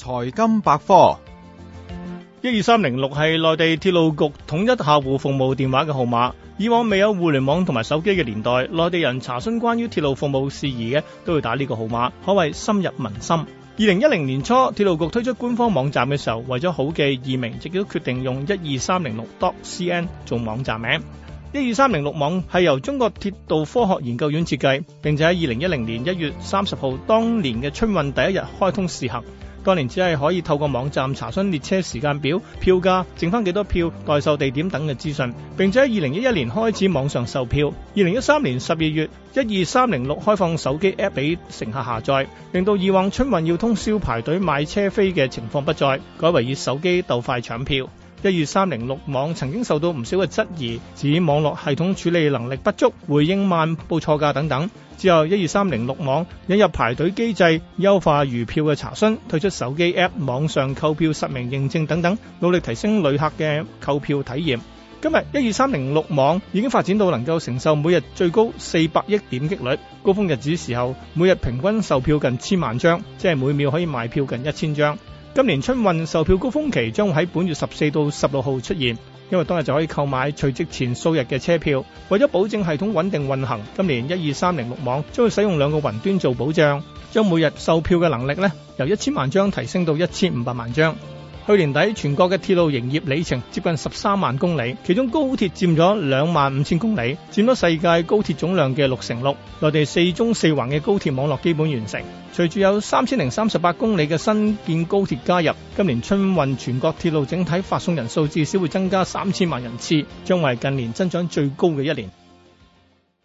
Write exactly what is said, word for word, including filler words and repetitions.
財金百科。 一二三零六係內地鐵路局統一客戶服務電話嘅號碼。以往未有互聯網同埋手機嘅年代，內地人查詢關於鐵路服務事宜嘅都會打呢個號碼，可謂深入民心。二零一零年初，鐵路局推出官方網站嘅時候，為咗好記易明，亦都決定用一二三零六 dot c n 做網站名。一二三零六網係由中國鐵道科學研究院設計，並且喺二零一零年一月三十號當年嘅春運第一日開通試行。當年只係可以透過網站查詢列車時間表、票價、剩翻幾多票、代售地點等嘅資訊，並且喺二零一一年開始網上售票。二零一三年十二月，一二三零六開放手機 App 俾乘客下載，令到以往春運要通宵排隊買車飛嘅情況不再，改為以手機鬥快搶票。一二三零六網曾經受到唔少嘅質疑，指網絡系統處理能力不足、回應慢、報錯價等等。之後一二三零六網引入排隊機制，優化餘票嘅查詢，推出手機 App、網上購票實名認證等等，努力提升旅客嘅購票體驗。今日一二三零六網已經發展到能夠承受每日最高四百億點擊率，高峰日子時候每日平均售票近千萬張，即係每秒可以賣票近一千張。今年春運售票高峰期將會喺本月十四到十六號出現，因為當日就可以購買除夕前數日嘅車票。為咗保證系統穩定運行，今年一二三零六網將會使用兩個雲端做保障，將每日售票嘅能力呢由一千萬張提升到一千五百萬張。去年底全國嘅鐵路營業里程接近十三萬公里，其中高鐵佔咗兩萬五千公里，佔咗世界高鐵總量嘅六成六。內地四縱四橫嘅高鐵網絡基本完成。隨住有三千零三十八公里嘅新建高鐵加入，今年春運全國鐵路整體發送人數至少會增加三千萬人次，將為近年增長最高嘅一年。